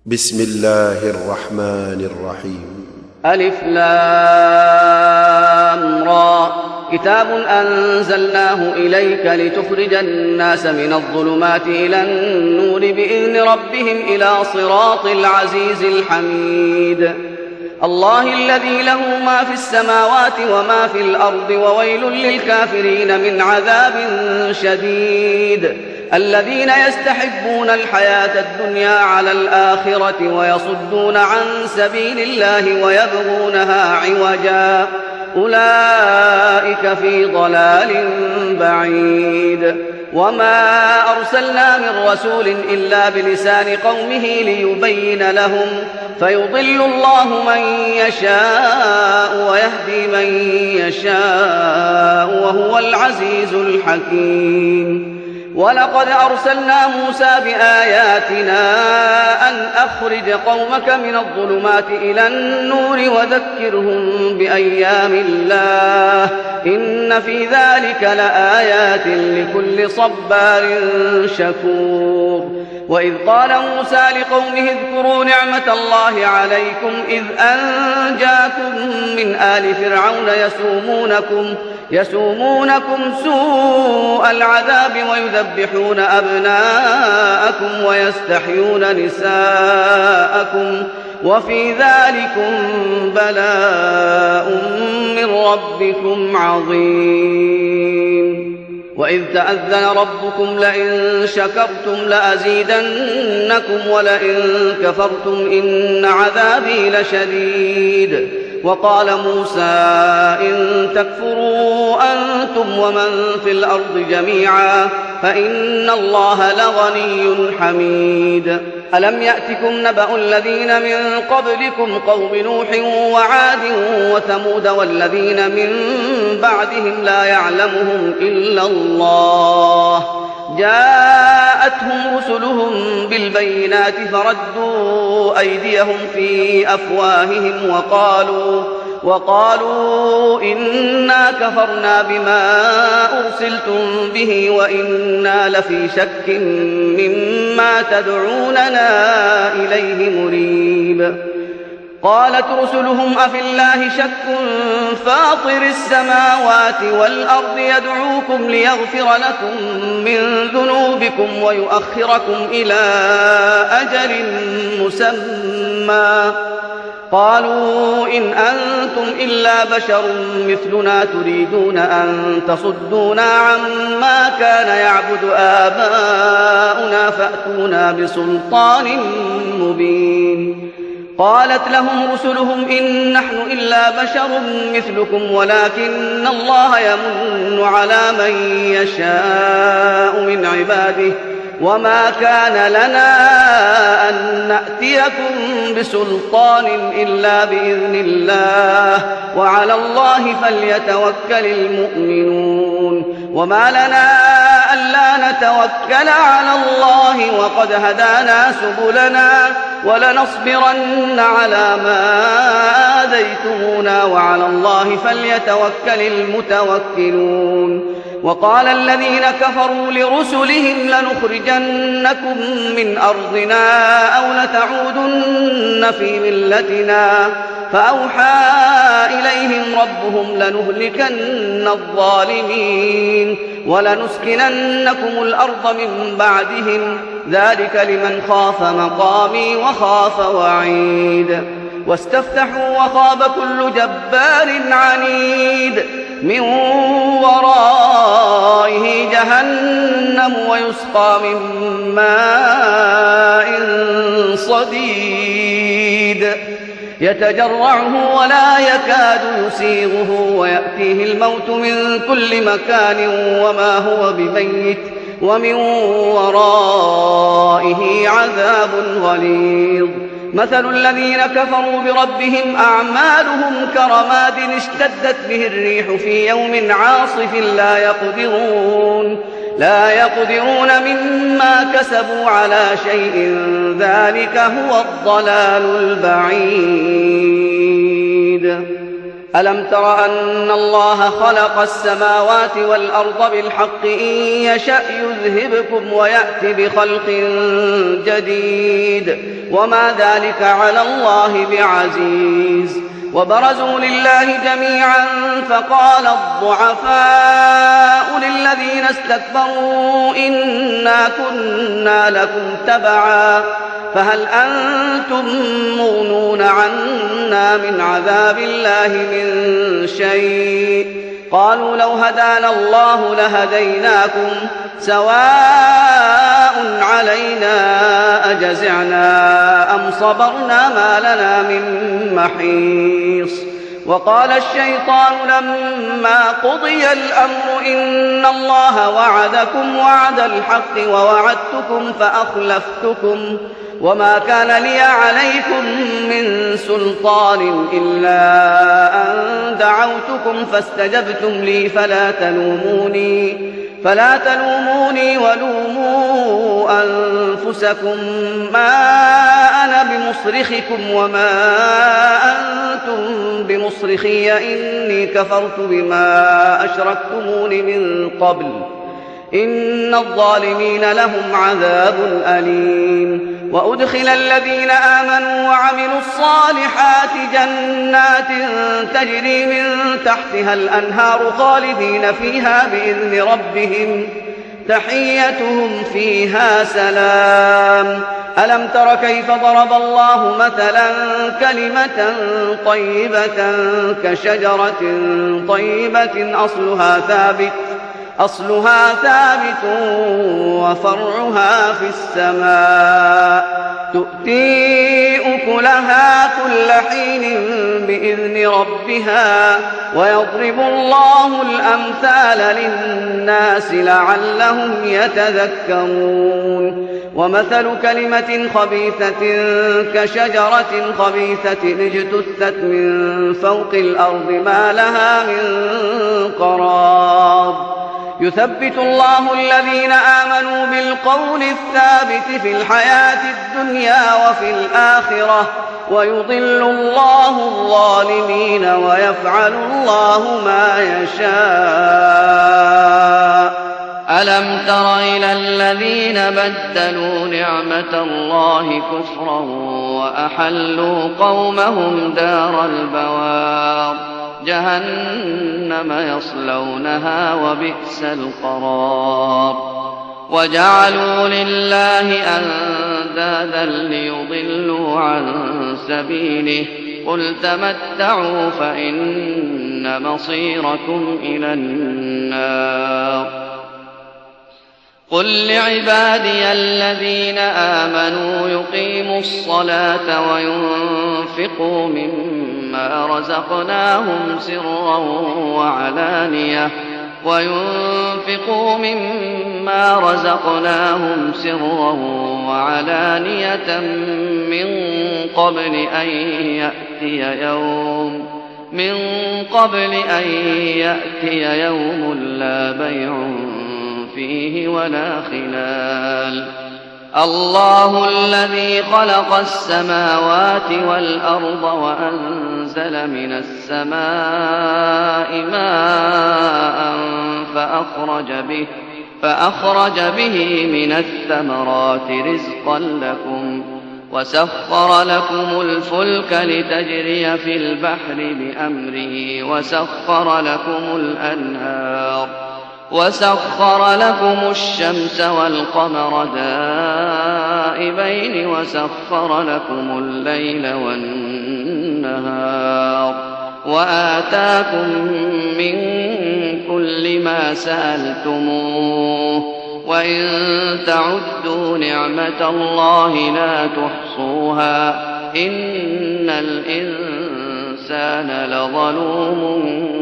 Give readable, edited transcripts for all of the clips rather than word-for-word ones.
بسم الله الرحمن الرحيم. ألف لام را. كتاب أنزلناه إليك لتخرج الناس من الظلمات إلى النور بإذن ربهم إلى صراط العزيز الحميد. الله الذي له ما في السماوات وما في الأرض وويل للكافرين من عذاب شديد. الذين يستحبون الحياة الدنيا على الآخرة ويصدون عن سبيل الله ويبغونها عوجا أولئك في ضلال بعيد. وما أرسلنا من رسول إلا بلسان قومه ليبين لهم فيضل الله من يشاء ويهدي من يشاء وهو العزيز الحكيم. ولقد أرسلنا موسى بآياتنا أن أخرج قومك من الظلمات إلى النور وذكرهم بأيام الله إن في ذلك لآيات لكل صبار شكور. وإذ قال موسى لقومه اذكروا نعمة الله عليكم إذ أنجاكم من آل فرعون يسومونكم سوء العذاب ويذبحون أبناءكم ويستحيون نساءكم وفي ذلكم بلاء من ربكم عظيم. وإذ تأذن ربكم لئن شكرتم لأزيدنكم ولئن كفرتم إن عذابي لشديد. وقال موسى إن تكفروا أنتم ومن في الأرض جميعا فإن الله لغني حميد. ألم يأتكم نبأ الذين من قبلكم قوم نوح وعاد وثمود والذين من بعدهم لا يعلمهم إلا الله جاءتهم رسلهم بالبينات فردوا أيديهم في أفواههم وقالوا إنا كفرنا بما أرسلتم به وإنا لفي شك مما تدعوننا إليه مريب. قالت رسلهم أفي الله شك فاطر السماوات والأرض يدعوكم ليغفر لكم من ذنوبكم ويؤخركم إلى أجل مسمى قالوا إن أنتم إلا بشر مثلنا تريدون أن تصدونا عما كان يعبد آباؤنا فأتونا بسلطان مبين. قالت لهم رسلهم إن نحن إلا بشر مثلكم ولكن الله يمن على من يشاء من عباده وما كان لنا أن نأتيكم بسلطان إلا بإذن الله وعلى الله فليتوكل المؤمنون. وما لنا ألا نتوكل على الله وقد هدانا سبلنا ولنصبرن على ما آذيتمونا وعلى الله فليتوكل المتوكلون. وقال الذين كفروا لرسلهم لنخرجنكم من أرضنا أو لتعودن في ملتنا فأوحى إليهم ربهم لنهلكن الظالمين ولنسكننكم الأرض من بعدهم ذلك لمن خاف مقامي وخاف وعيد. واستفتحوا وخاب كل جبار عنيد من ورائه جهنم ويسقى من ماء صديد يتجرعه ولا يكاد يسيغه ويأتيه الموت من كل مكان وما هو بميت ومن ورائه عذاب غليظ. مثل الذين كفروا بربهم أعمالهم كرماد اشتدت به الريح في يوم عاصف لا يقدرون مما كسبوا على شيء ذلك هو الضلال البعيد. ألم تر أن الله خلق السماوات والأرض بالحق إن يشأ يذهبكم ويأت بخلق جديد وما ذلك على الله بعزيز. وبرزوا لله جميعا فقال الضعفاء للذين استكبروا إنا كنا لكم تبعا فهل أنتم مغنون عنا من عذاب الله من شيء؟ قالوا لو هدانا الله لهديناكم سواء علينا أجزعنا أم صبرنا ما لنا من محيص. وقال الشيطان لما قضي الأمر إن الله وعدكم وعد الحق ووعدتكم فأخلفتكم وما كان لي عليكم من سلطان إلا أن دعوتكم فاستجبتم لي فلا تلوموني ولوموا أنفسكم ما أنا بمصرخكم وما أنتم بمصرخي إني كفرت بما أشركتمون من قبل إن الظالمين لهم عذاب أليم. وأدخل الذين آمنوا وعملوا الصالحات جنات تجري من تحتها الأنهار خالدين فيها بإذن ربهم تحيتهم فيها سلام. ألم تر كيف ضرب الله مثلا كلمة طيبة كشجرة طيبة أصلها ثابت وفرعها في السماء تؤتي أكلها كل حين بإذن ربها ويضرب الله الأمثال للناس لعلهم يتذكرون. ومثل كلمة خبيثة كشجرة خبيثة اجتثت من فوق الأرض ما لها من قرار يثبت الله الذين آمنوا بالقول الثابت في الحياة الدنيا وفي الآخرة ويضل الله الظالمين ويفعل الله ما يشاء. ألم تر إلى الذين بدلوا نعمة الله كفرا وأحلوا قومهم دار البوار جهنم يصلونها وبئس القرار. وجعلوا لله أندادا ليضلوا عن سبيله قل تمتعوا فإن مصيركم إلى النار. قل لعبادي الذين آمنوا يقيموا الصلاة وينفقوا مما رزقناهم سرا وعلانية من قبل أن يأتي يوم لا بيع فيه ولا خلال. الله الذي خلق السماوات والأرض وأنزل من السماء ماء فأخرج به من الثمرات رزقا لكم وسخر لكم الفلك لتجري في البحر بأمره وسخر لكم الشمس والقمر دائبين وسخر لكم الليل والنهار وآتاكم من كل ما سألتموه وإن تعدوا نعمة الله لا تحصوها إن الإنسان لظلوم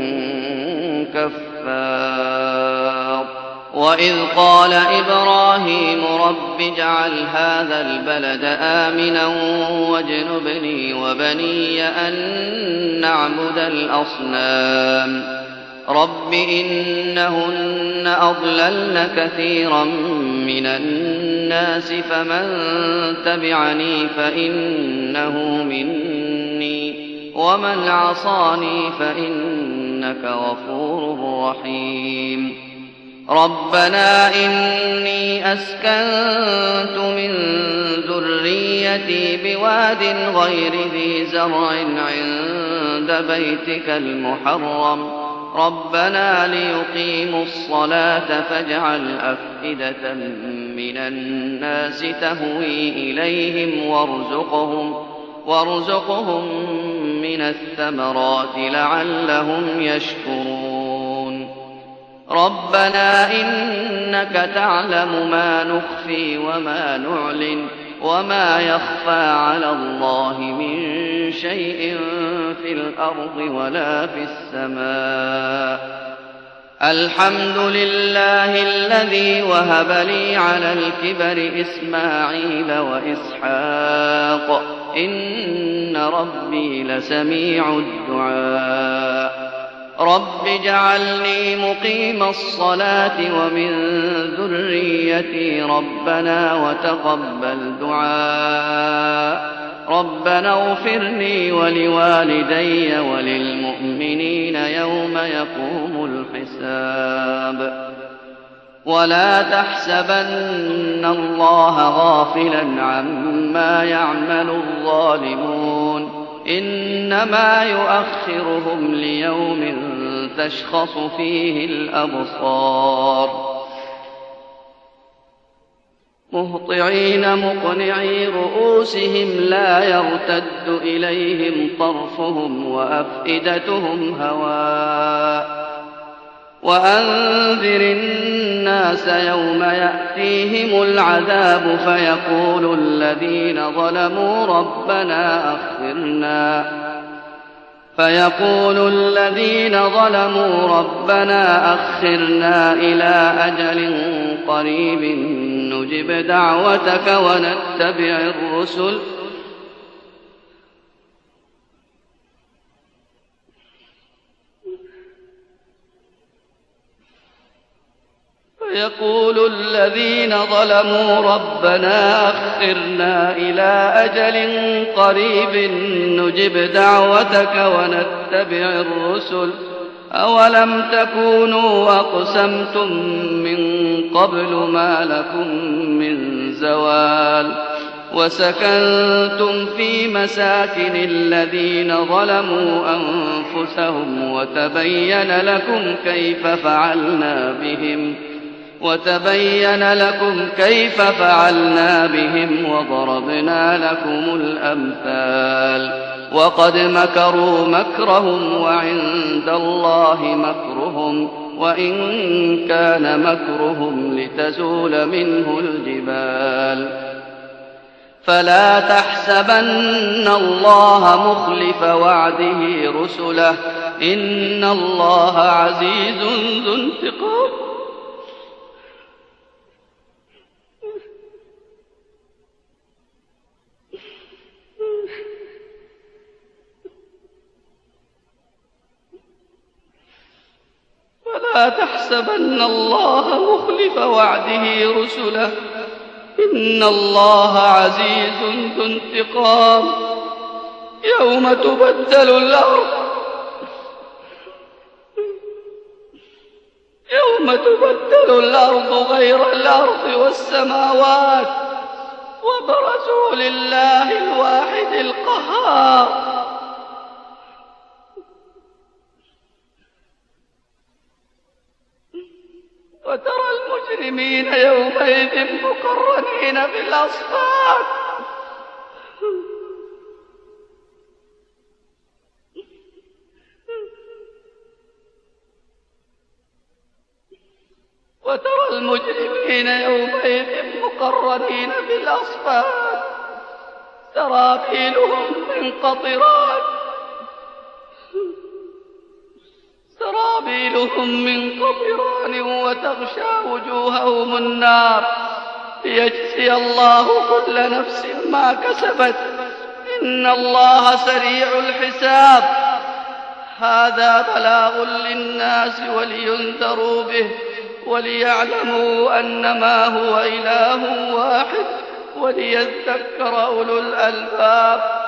كفار. وإذ قال إبراهيم رب اجعل هذا البلد آمنا واجنبني وبني أن نعبد الأصنام رب إنهن أضللن كثيرا من الناس فمن تبعني فإنه مني ومن عصاني فإنك غفور رحيم. ربنا إني أسكنت من ذريتي بواد غير ذي زرع عند بيتك المحرم ربنا ليقيموا الصلاة فاجعل أفئدة من الناس تهوي إليهم وارزقهم من الثمرات لعلهم يشكرون. ربنا إنك تعلم ما نخفي وما نعلن وما يخفى على الله من شيء في الأرض ولا في السماء. الحمد لله الذي وهب لي على الكبر إسماعيل وإسحاق إن ربي لسميع الدعاء. رب اجعلني مقيم الصلاة ومن ذريتي ربنا وتقبل دعاء. ربنا اغفر لي ولوالدي وللمؤمنين يوم يقوم الحساب. ولا تحسبن الله غافلا عما يعمل الظالمون إنما يؤخرهم ليوم تشخص فيه الأبصار. مهطعين مقنعي رؤوسهم لا يرتد إليهم طرفهم وأفئدتهم هواء. وأنذر الناس يوم يأتيهم العذاب فيقول الذين ظلموا ربنا أخرنا إلى أجل قريب نجب دعوتك ونتبع الرسل فيقول الذين ظلموا ربنا أخرنا إلى أجل قريب نجب دعوتك ونتبع الرسل أولم تكونوا أقسمتم من قبل ما لكم من زوال. وسكنتم في مساكن الذين ظلموا أنفسهم وتبين لكم كيف فعلنا بهم وضربنا لكم الأمثال. وقد مكروا مكرهم وعند الله مكرهم وإن كان مكرهم لتزول منه الجبال. فلا تحسبن الله مخلف وعده رسله إن الله عزيز ذو انتقام. فلا تحسبن الله مخلف وعده رسله إن الله عزيز ذو انتقام. يوم تبدل الأرض غير الأرض والسماوات وبرزوا لله الواحد القهار. وترى المجرمين يومئذ مقرنين في الأصفاد سرابيلهم من قطران وتغشى وجوههم النار ليجزي الله كل نفس ما كسبت إن الله سريع الحساب. هذا بلاغ للناس ولينذروا به وليعلموا أنما هو إله واحد وليذكر أولو الألباب.